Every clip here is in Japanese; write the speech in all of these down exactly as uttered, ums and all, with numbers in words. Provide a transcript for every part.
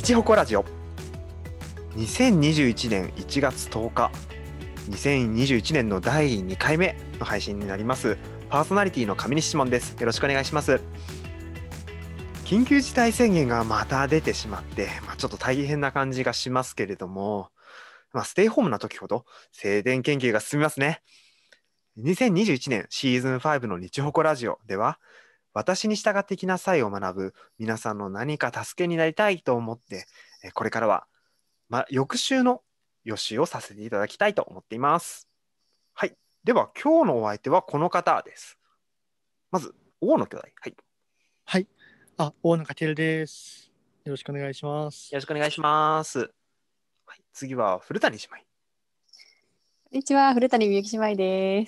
日ほこラジオにせんにじゅういちねんいちがつとおか、にせんにじゅういちねんのだいにかいめの配信になります。パーソナリティの上西志門です。よろしくお願いします。緊急事態宣言がまた出てしまって、まあ、ちょっと大変な感じがしますけれども、まあ、ステイホームな時ほど静電研究が進みますね。にせんにじゅういちねんシーズンごの日ほこラジオでは、私に従ってきなさいを学ぶ皆さんの何か助けになりたいと思って、これからは、まあ、翌週の予習をさせていただきたいと思っています。はい。では、今日のお相手はこの方です。まず、大野兄弟。はい。 はい。あ、大野翔です。よろしくお願いします。 よろしくお願いします。はい、次は、古谷姉妹。 こんにちは、古谷みゆき姉妹です。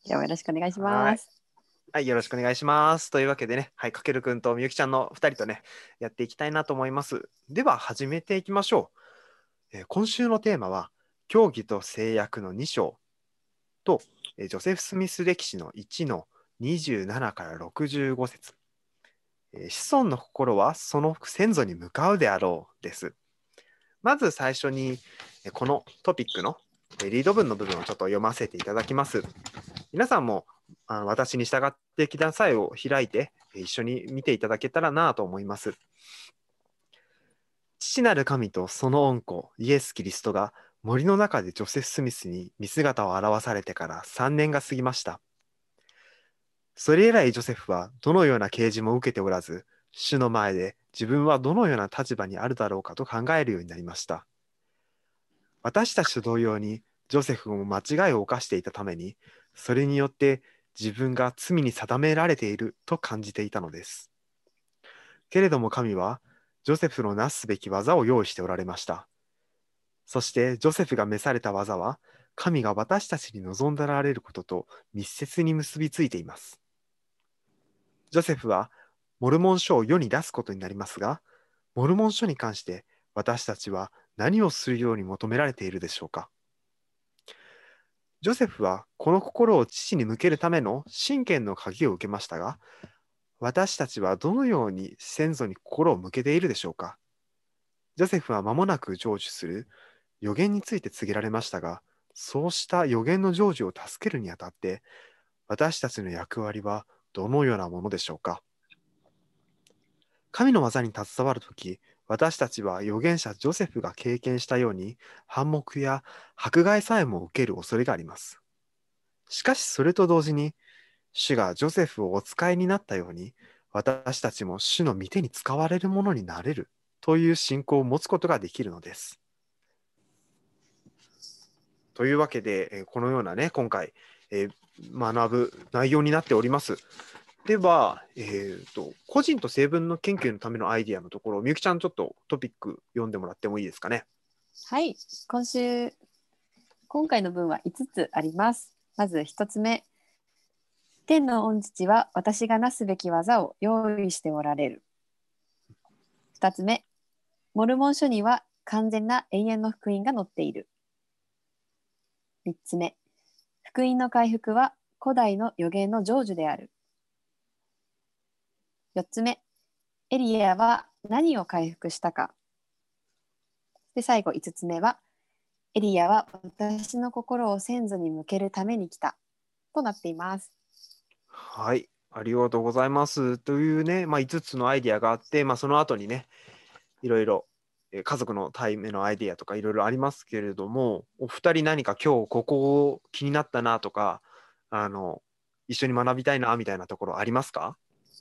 今日もよろしくお願いします。 はい、よろしくお願いします。というわけでね、はい、かけるくんとみゆきちゃんのふたりとね、やっていきたいなと思います。では、始めていきましょう。えー、今週のテーマは、教義と制約のに章と、えー、ジョセフ・スミス歴史のいちのにじゅうななからろくじゅうご節。えー、子孫の心はその先祖に向かうであろうです。まず最初に、このトピックのリード文の部分をちょっと読ませていただきます。皆さんもあの私に従ってきなさいを開いて一緒に見ていただけたらなと思います。父なる神とその御子イエス・キリストが森の中でジョセフ・スミスに見姿を現されてからさんねんが過ぎました。それ以来ジョセフはどのような啓示も受けておらず、主の前で自分はどのような立場にあるだろうかと考えるようになりました。私たちと同様にジョセフも間違いを犯していたために、それによって自分が罪に定められていると感じていたのです。けれども神はジョセフのなすべき技を用意しておられました。そしてジョセフが召された技は、神が私たちに望んでられることと密接に結びついています。ジョセフはモルモン書を世に出すことになりますが、モルモン書に関して私たちは何をするように求められているでしょうか。ジョセフはこの心を父に向けるための信玄の鍵を受けましたが、私たちはどのように先祖に心を向けているでしょうか。ジョセフは間もなく成就する予言について告げられましたが、そうした予言の成就を助けるにあたって、私たちの役割はどのようなものでしょうか。神の技に携わるとき、私たちは預言者ジョセフが経験したように、反目や迫害さえも受ける恐れがあります。しかしそれと同時に、主がジョセフをお使いになったように、私たちも主の御手に使われるものになれるという信仰を持つことができるのです。というわけで、このようなね、今回、えー、学ぶ内容になっております。では、えーと、個人と成分の研究のためのアイディアのところ、みゆきちゃん、ちょっとトピック読んでもらってもいいですかね。 はい、今週、今回の文はいつつあります。まずひとつめ、天の御父は私がなすべき技を用意しておられる。ふたつめ、モルモン書には完全な永遠の福音が載っている。みっつめ、福音の回復は古代の予言の成就である。よっつめ、エリアは何を回復したか。で、最後いつつめは、エリアは私の心を先祖に向けるために来たとなっています。 はい、ありがとうございます。というね、まあ、いつつのアイディアがあって、まあ、その後にね、いろいろ家族の対面のアイディアとかいろいろありますけれども、お二人何か今日ここ気になったなとか、あの一緒に学びたいなみたいなところありますか？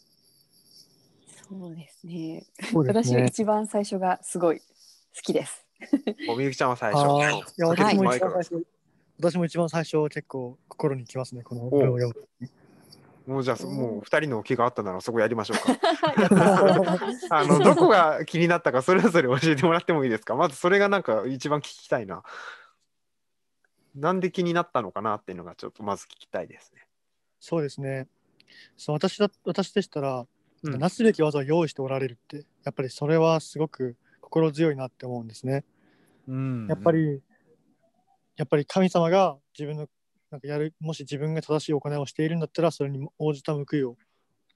そうですね。 そうですね。 私は一番最初がすごい好きです。 おみゆきちゃんは最初。 あいや私も一番最はい、 初、私も一番最初結構心にきますね、この文を読む。 もうじゃあもうふたりの気があったならそこやりましょうか。あのどこが気になったかそれぞれ教えてもらってもいいですか？まずそれがなんか一番聞きたいな。なんで気になったのかなっていうのがちょっとまず聞きたいですね。 そうですね。そう私だ私でしたら、 うん、 なすべき技を用意しておられるって、やっぱりそれはすごく心強いなって思うんですね。 うん、 やっぱりやっぱり神様が自分のなんかやるもし自分が正しい行いをしているんだったら、それに応じた報いを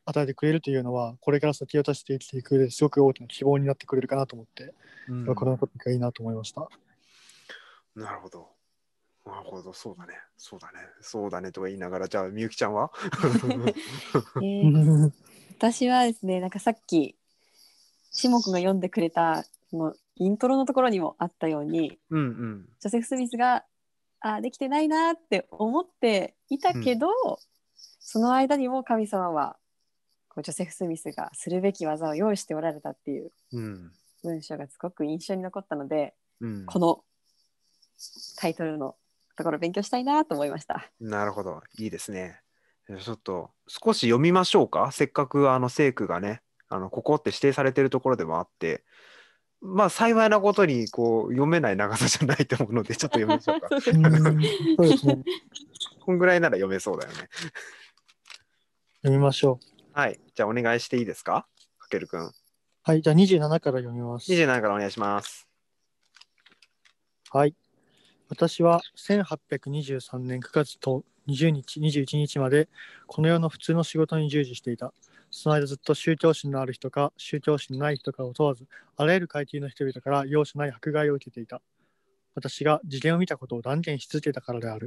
与えてくれるというのは、これから先をして生きていく上ですごく大きな希望になってくれるかなと思って、 うんこのトピックがいいなと思いました。 なるほど。なるほど、そうだね。そうだね。そうだねとか言いながら、じゃあ、みゆきちゃんはえー私はですね、なんかさっきしもくんが読んでくれたそのイントロのところにもあったように、 うんうん。 ジョセフ・スミスがあできてないなって思っていたけど、うん、その間にも神様はこうジョセフ・スミスがするべき技を用意しておられたっていう文章がすごく印象に残ったので、うん、このタイトルのところ勉強したいなと思いました。 なるほど、いいですね。ちょっと少し読みましょうか。せっかくあの聖句がね、あのここって指定されているところでもあって、まあ幸いなことにこう読めない長さじゃないと思うので、ちょっと読みましょうか。そうですね。こんぐらいなら読めそうだよね。 読みましょう。はい。じゃあお願いしていいですか、かけるくん。 はい、じゃあにじゅうななから読みます。 にじゅうななからお願いします。 はい。私はせんはっぴゃくにじゅうさんねんくがつとにじゅうにち、にじゅういちにちまでこの世の普通の仕事に従事していた。その間ずっと宗教心のある人か宗教心のない人かを問わず、あらゆる階級の人々から容赦ない迫害を受けていた。私が事例を見たことを断言し続けたからである。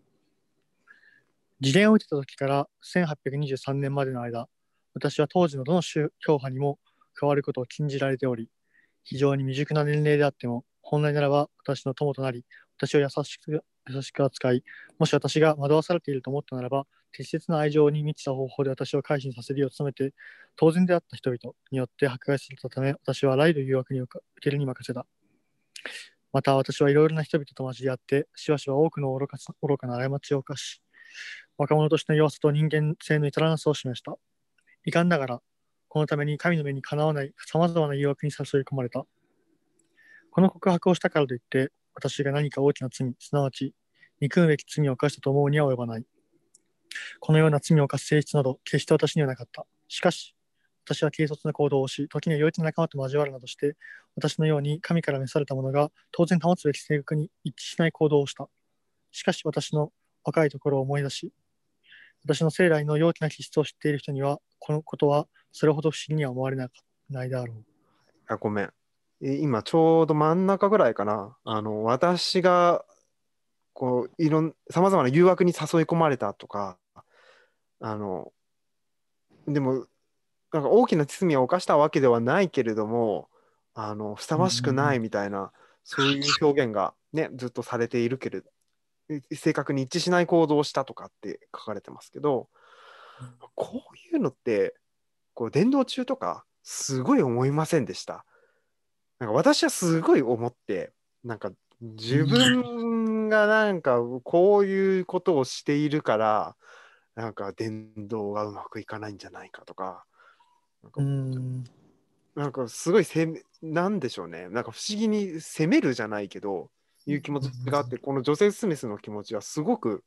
事例を受けた時からせんはっぴゃくにじゅうさんねんまでの間、私は当時のどの宗教派にも加わることを禁じられており、非常に未熟な年齢であっても、本来ならば私の友となり、私を優しく優しく扱い、もし私が惑わされていると思ったならば、適切な愛情に満ちた方法で私を改心させるよう努めて、当然であった人々によって迫害されたため、私はあらゆる誘惑に受けるに任せた。また私はいろいろな人々と交わって、しばしば多くの愚か愚かな過ちを犯し、若者としての弱さと人間性の至らなさを示した。遺憾ながら、このために神の目にかなわないさまざまな誘惑に誘い込まれた。この告白をしたからといって、私が何か大きな罪、すなわち憎むべき罪を犯したと思うには及ばない。このような罪を犯す性質など、決して私にはなかった。しかし、私は軽率な行動をし、時には良い手な仲間と交わるなどして、私のように神から召された者が当然保つべき性格に一致しない行動をした。しかし、私の若いところを思い出し、私の生来の陽気な気質を知っている人には、このことはそれほど不思議には思われないであろう。 あ、ごめん。今ちょうど真ん中ぐらいかな。あの、私が、こう、いろん、さまざまな誘惑に誘い込まれたとか、あの、でも、なんか大きな罪を犯したわけではないけれども、あの、ふさわしくないみたいな、そういう表現がね、ずっとされているけれど、正確に一致しない行動をしたとかって書かれてますけど、こういうのって、こう伝道中とか、すごい思いませんでした。なんか私はすごい思って、なんか自分がなんかこういうことをしているから、なんか伝道がうまくいかないんじゃないかとか、なんか、 うんなんかすごいせめ、なんでしょうね、なんか不思議に責めるじゃないけど、いう気持ちがあって、このジョセフ・スミスの気持ちはすごく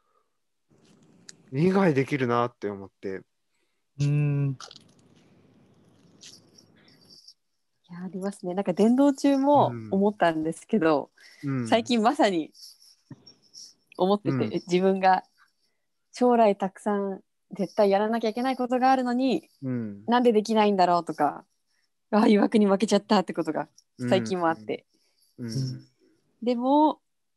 理解できるなって思って。 うんいやありますね。なんか伝道中も思ったんですけど、うん、最近まさに思ってて、うん、自分が将来たくさん絶対やらなきゃいけないことがあるのに、うん、なんでできないんだろうとか、ああ誘惑に負けちゃったってことが最近もあって、うんうん、でも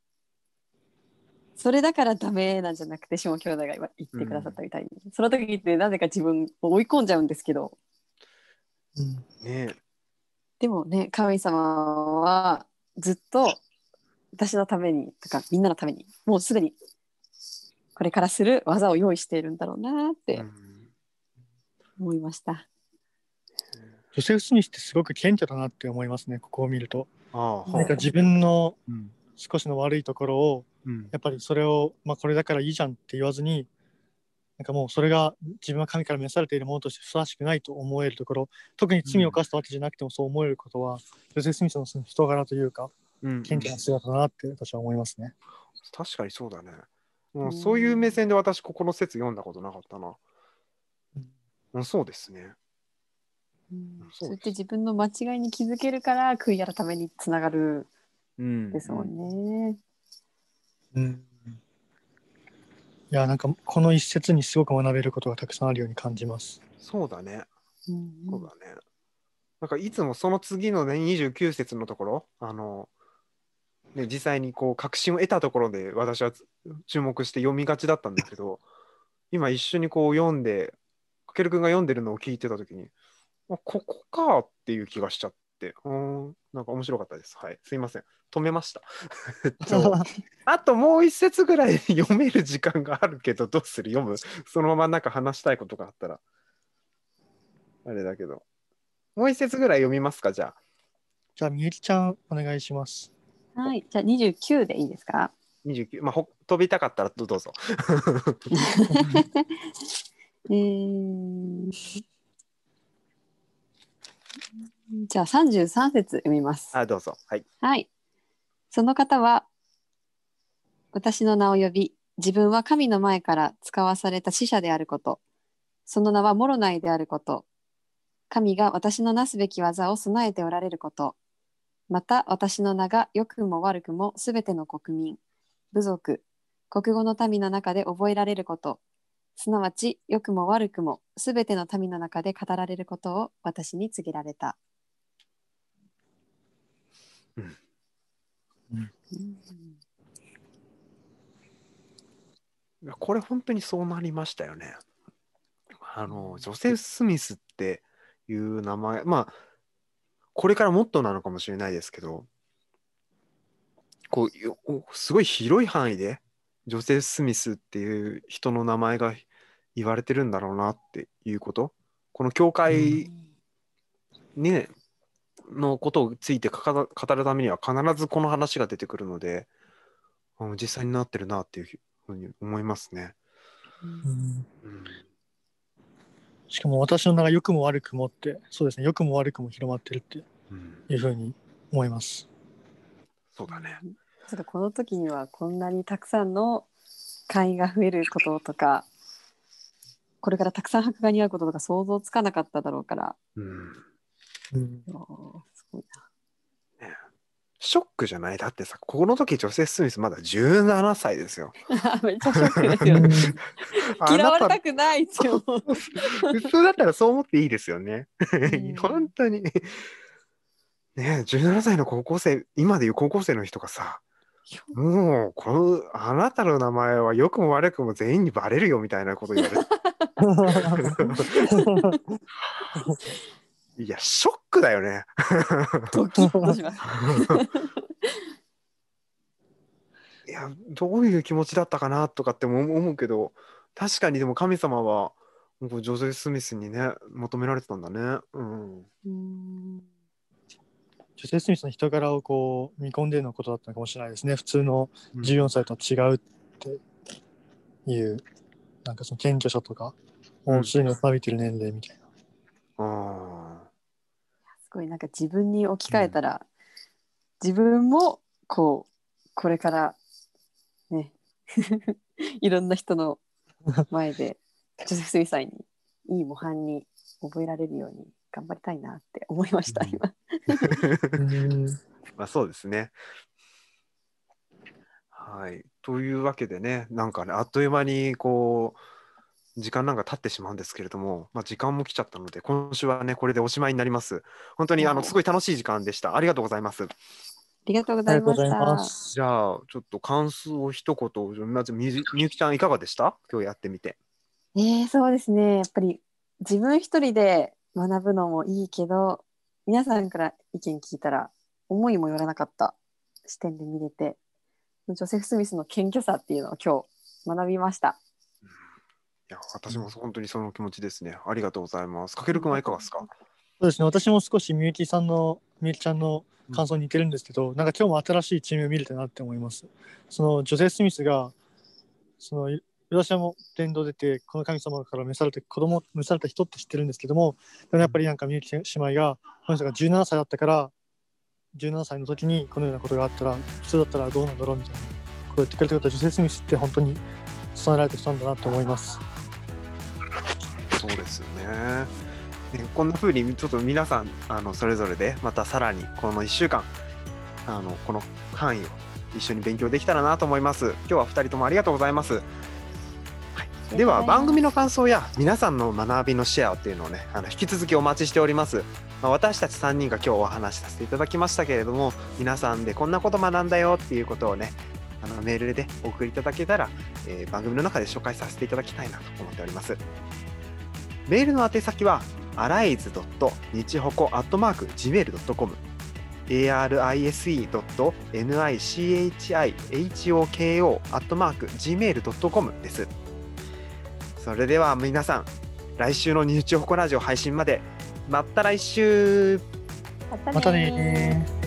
それだからダメなんじゃなくて、下兄弟が今言ってくださったみたいに、うん、その時ってなぜか自分を追い込んじゃうんですけど、うんね、でもね、神様はずっと私のためにとかみんなのためにもうすでにこれからする技を用意しているんだろうなって思いました。 ジョセフ・スミスってすごく謙虚だなって思いますね、ここを見ると。ああ、なんか自分の少しの悪いところを、うん、やっぱりそれを、まあ、これだからいいじゃんって言わずに、なんかもうそれが自分は神から召されているものとしてふさわしくないと思えるところ、特に罪を犯したわけじゃなくてもそう思えることは、ジョセフ・スミスの人柄というか、謙虚な姿だなって私は思いますね。 確かにそうだね。もうそういう目線で私ここの説読んだことなかったな。うん、そうですね。 うん、そうやって自分の間違いに気づけるから悔い改めにつながるですもんね。 うん、うん、いや、なんかこの一節にすごく学べることがたくさんあるように感じます。 そうだね。 うんそうだね。なんかいつもその次のね、にじゅうきゅう節のところ、あの、ね、実際にこう確信を得たところで私は注目して読みがちだったんだけど、今一緒にこう読んで、かけるくんが読んでるのを聞いてたときに、あ、ここかっていう気がしちゃって、うーん、なんか面白かったです。はい、すいません。止めました。えっと、あともう一節ぐらい読める時間があるけど、どうする読むそのままなんか話したいことがあったら。あれだけど。もう一節ぐらい読みますか、じゃあ。 じゃあ、みゆきちゃん、お願いします。 はい、じゃあにじゅうきゅうでいいですか？ にじゅうきゅう、まあ、ほ飛びたかったらどうぞ。 えー、じゃあさんじゅうさん節読みます。 あ、どうぞ。はい。 はい。その方は私の名を呼び、自分は神の前から使わされた使者であること、その名はモロナイであること、神が私のなすべき技を備えておられること、また私の名が良くも悪くもすべての国民、部族、国語の民の中で覚えられること、すなわち良くも悪くもすべての民の中で語られることを私に告げられた。 うんうんいやこれ本当にそうなりましたよね。あの、ジョセフ・スミスっていう名前、まあ、これからもっとなのかもしれないですけど、こう、よすごい広い範囲で、ジョセフ・スミスっていう人の名前が言われてるんだろうなっていうこと。この教会、ね、のことをついて語る語るためには必ずこの話が出てくるので、あの実際になってるなっていうふうに思いますね。 うんうんしかも私の名が良くも悪くもって、そうですね、良くも悪くも広まってるってうんいうふうに思います。 そうだね。 そうか、この時にはこんなにたくさんの会員が増えることとか、これからたくさん白画に会うこととか想像つかなかっただろうから、 うんうんおーすごいねショックじゃない？だってさ、この時ジョセフ・スミスまだじゅうななさいですよ。 な。めっちゃショックですよね。嫌われたくないですよ。 普通だったらそう思っていいですよね。 うん本当に。ねえ、じゅうななさいの高校生、今でいう高校生の人がさ、もう、この、あなたの名前は良くも悪くも全員にバレるよみたいなこと言われて。いや、ショックだよね。 ドキッとします。 いや、どういう気持ちだったかなとかっても思うけど、確かにでも神様は、もうジョゼフ・スミスにね、求められてたんだね。うん。 うんジョセフ・スミスの人柄をこう見込んでのことだったのかもしれないですね。普通のうんじゅうよんさいとは違うっていう、なんかその謙虚さとか、もうすでに伸びてる年齢みたいな。 ああ。 すごいなんか自分に置き換えたら、自分もこうこれからねいろんな人の前でジョセフ・スミスさんにいい模範に覚えられるように頑張りたいなって思いました、 うん今。 うんまあそうですね。はい。というわけでね、なんかね、あっという間にこう、時間なんか経ってしまうんですけれども、まあ、時間も来ちゃったので、今週はね、これでおしまいになります。本当にあのはいすごい楽しい時間でした。ありがとうございます。 ありがとうごあざいましりがとうございまた。 す。 じゃあ、ちょっと感想を一言、まずみゆみゆきちゃんいかがでした？今日やってみて。 えー、そうですね。やっぱり自分一人で学ぶのもいいけど、皆さんから意見聞いたら思いもよらなかった視点で見れて、ジョセフ・スミスの謙虚さっていうのを今日学びました。 いや、私も本当にその気持ちですね。ありがとうございます。かけるくんはいかがですか？ そうですね、私も少しみゆきさんの、みゆきちゃんの感想に似てるんですけど、なんか今日も新しいチームを見れたなって思います。そのジョセフ・スミスが、その私はもう伝道出て、この神様から召されて子供召された人って知ってるんですけども、でもやっぱりなんかみゆき姉妹が、この人がじゅうななさいだったから、じゅうななさいの時にこのようなことがあったら、普通だったらどうなんだろうみたいなことを言ってくれたことは、ジョセフ・スミスって本当に備えられた人なんだなと思います。 そうですよね。でこんな風にちょっと皆さんあのそれぞれでまたさらにこのいっしゅうかんあのこの範囲を一緒に勉強できたらなと思います。今日はふたりともありがとうございます。 では番組の感想や皆さんの学びのシェアっていうのをね、あの引き続きお待ちしております。まあ、私たちさんにんが今日お話しさせていただきましたけれども、皆さんでこんなこと学んだよっていうことをね、あのメールでお送りいただけたら、えー番組の中で紹介させていただきたいなと思っております。メールの宛先は アライズ ニチホコ アットマーク ジーメール ドットコム アールアイエスイー ニチホコ アットマーク ジーメール ドットコム です。それでは皆さん、来週のニチホコラジオ配信までまた来週。 またねーまたねー。